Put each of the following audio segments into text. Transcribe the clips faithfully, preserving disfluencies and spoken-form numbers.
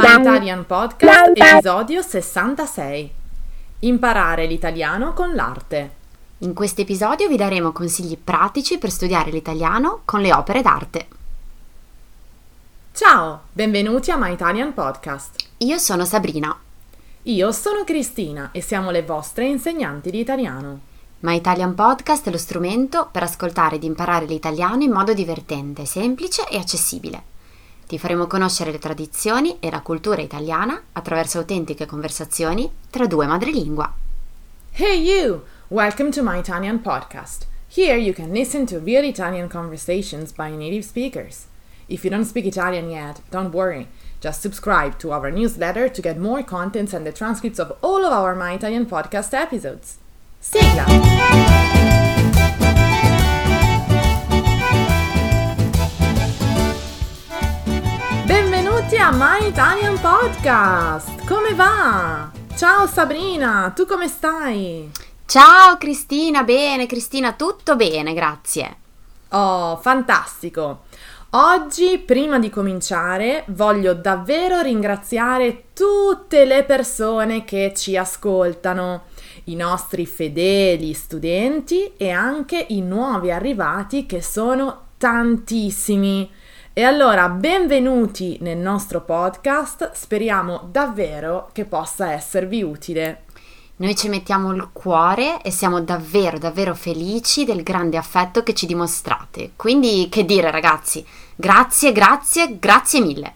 My Italian Podcast, episodio sessantasei. Imparare l'italiano con l'arte. In questo episodio vi daremo consigli pratici per studiare l'italiano con le opere d'arte. Ciao, benvenuti a My Italian Podcast. Io sono Sabrina. Io sono Cristina e siamo le vostre insegnanti di italiano. My Italian Podcast è lo strumento per ascoltare ed imparare l'italiano in modo divertente, semplice e accessibile. Ti faremo conoscere le tradizioni e la cultura italiana attraverso autentiche conversazioni tra due madrelingua. Hey you! Welcome to My Italian Podcast. Here you can listen to real Italian conversations by native speakers. If you don't speak Italian yet, don't worry. Just subscribe to our newsletter to get more contents and the transcripts of all of our My Italian Podcast episodes. Sigla! Benvenuti a My Italian Podcast! Come va? Ciao Sabrina, tu come stai? Ciao Cristina, bene Cristina, tutto bene, grazie. Oh, fantastico! Oggi, prima di cominciare, voglio davvero ringraziare tutte le persone che ci ascoltano, i nostri fedeli studenti e anche i nuovi arrivati che sono tantissimi. E allora, benvenuti nel nostro podcast, speriamo davvero che possa esservi utile. Noi ci mettiamo il cuore e siamo davvero, davvero felici del grande affetto che ci dimostrate. Quindi, che dire ragazzi, grazie, grazie, grazie mille.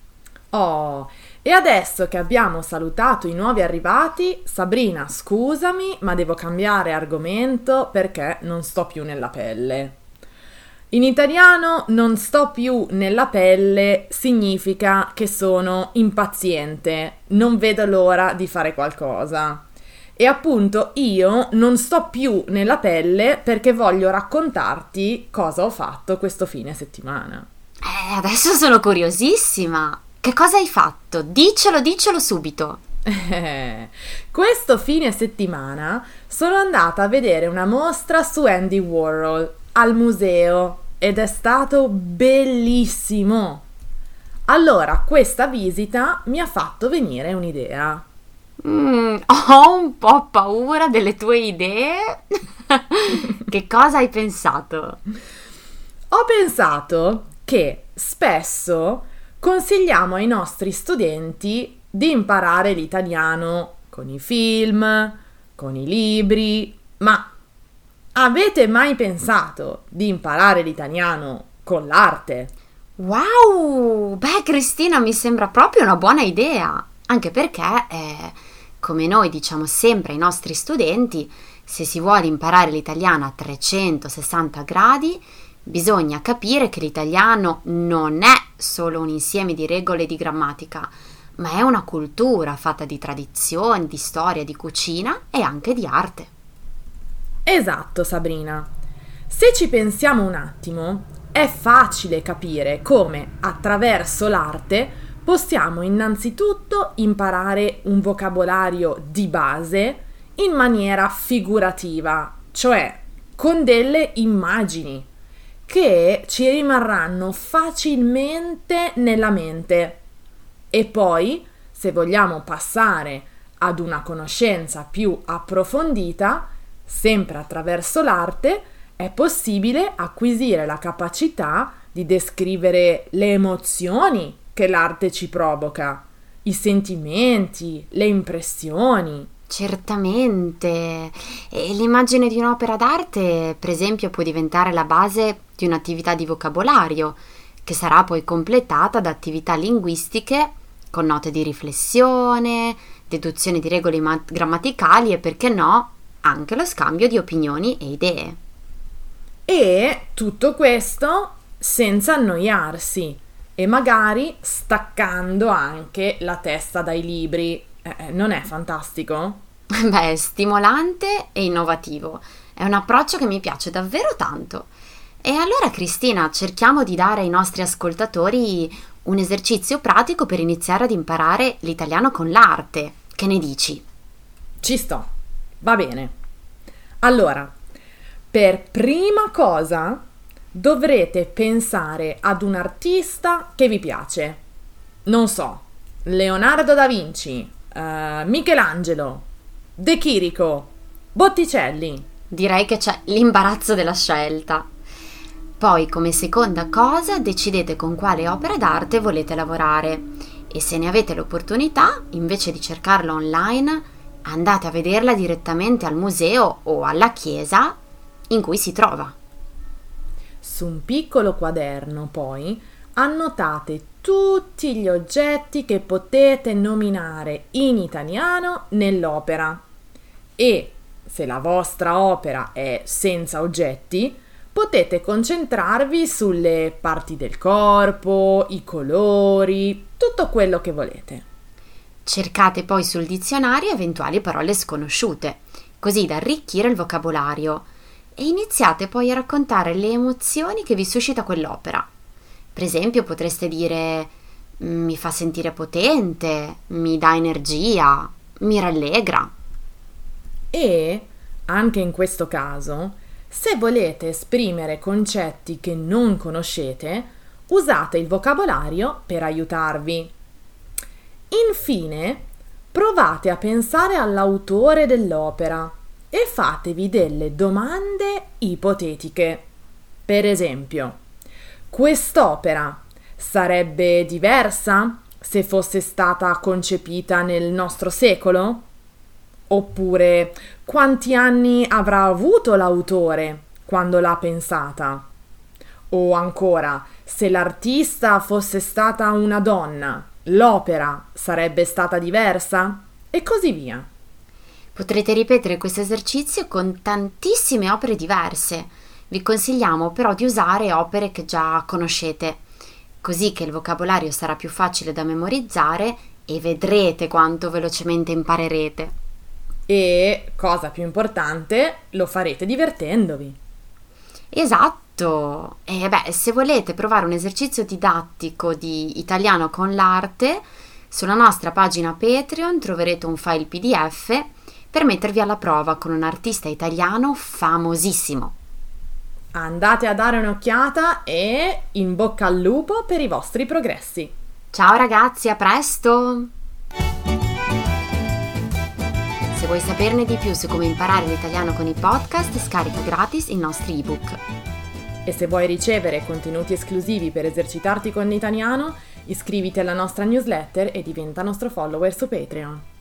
Oh, e adesso che abbiamo salutato i nuovi arrivati, Sabrina, scusami, ma devo cambiare argomento perché non sto più nella pelle. In italiano non sto più nella pelle significa che sono impaziente, non vedo l'ora di fare qualcosa. E appunto io non sto più nella pelle perché voglio raccontarti cosa ho fatto questo fine settimana. Eh, adesso sono curiosissima. Che cosa hai fatto? Dicelo, dicelo subito. Eh, questo fine settimana sono andata a vedere una mostra su Andy Warhol al museo ed è stato bellissimo. Allora, questa visita mi ha fatto venire un'idea. Mm, ho un po' paura delle tue idee. Che cosa hai pensato? Ho pensato che spesso consigliamo ai nostri studenti di imparare l'italiano con i film, con i libri, ma avete mai pensato di imparare l'italiano con l'arte? Wow! Beh, Cristina, mi sembra proprio una buona idea. Anche perché, eh, come noi diciamo sempre ai nostri studenti, se si vuole imparare l'italiano a trecentosessanta gradi, bisogna capire che l'italiano non è solo un insieme di regole di grammatica, ma è una cultura fatta di tradizioni, di storia, di cucina e anche di arte. Esatto, Sabrina. Se ci pensiamo un attimo, è facile capire come attraverso l'arte possiamo innanzitutto imparare un vocabolario di base in maniera figurativa, cioè con delle immagini che ci rimarranno facilmente nella mente. E poi, se vogliamo passare ad una conoscenza più approfondita, sempre attraverso l'arte, è possibile acquisire la capacità di descrivere le emozioni che l'arte ci provoca, i sentimenti, le impressioni. Certamente. E l'immagine di un'opera d'arte, per esempio, può diventare la base di un'attività di vocabolario, che sarà poi completata da attività linguistiche con note di riflessione, deduzione di regole ma- grammaticali e, perché no, anche lo scambio di opinioni e idee. E tutto questo senza annoiarsi e magari staccando anche la testa dai libri. Eh, non è fantastico? Beh, è stimolante e innovativo. È un approccio che mi piace davvero tanto. E allora, Cristina, cerchiamo di dare ai nostri ascoltatori un esercizio pratico per iniziare ad imparare l'italiano con l'arte. Che ne dici? Ci sto. Va bene. Allora, per prima cosa dovrete pensare ad un artista che vi piace. Non so, Leonardo da Vinci, uh, Michelangelo, De Chirico, Botticelli. Direi che c'è l'imbarazzo della scelta. Poi, come seconda cosa, decidete con quale opera d'arte volete lavorare e se ne avete l'opportunità, invece di cercarla online, andate a vederla direttamente al museo o alla chiesa in cui si trova. Su un piccolo quaderno, poi, annotate tutti gli oggetti che potete nominare in italiano nell'opera e, se la vostra opera è senza oggetti, potete concentrarvi sulle parti del corpo, i colori, tutto quello che volete. Cercate poi sul dizionario eventuali parole sconosciute, così da arricchire il vocabolario, e iniziate poi a raccontare le emozioni che vi suscita quell'opera. Per esempio potreste dire mi fa sentire potente, mi dà energia, mi rallegra. E, anche in questo caso, se volete esprimere concetti che non conoscete, usate il vocabolario per aiutarvi. Infine, provate a pensare all'autore dell'opera e fatevi delle domande ipotetiche. Per esempio, quest'opera sarebbe diversa se fosse stata concepita nel nostro secolo? Oppure, quanti anni avrà avuto l'autore quando l'ha pensata? O ancora, se l'artista fosse stata una donna, l'opera sarebbe stata diversa? E così via. Potrete ripetere questo esercizio con tantissime opere diverse. Vi consigliamo però di usare opere che già conoscete, così che il vocabolario sarà più facile da memorizzare e vedrete quanto velocemente imparerete. E, cosa più importante, lo farete divertendovi. Esatto! E beh, se volete provare un esercizio didattico di italiano con l'arte, sulla nostra pagina Patreon troverete un file P D F per mettervi alla prova con un artista italiano famosissimo. Andate a dare un'occhiata e in bocca al lupo per i vostri progressi. Ciao ragazzi, a presto! Se vuoi saperne di più su come imparare l'italiano con i podcast, scarica gratis i nostri ebook. E se vuoi ricevere contenuti esclusivi per esercitarti con l'italiano, iscriviti alla nostra newsletter e diventa nostro follower su Patreon.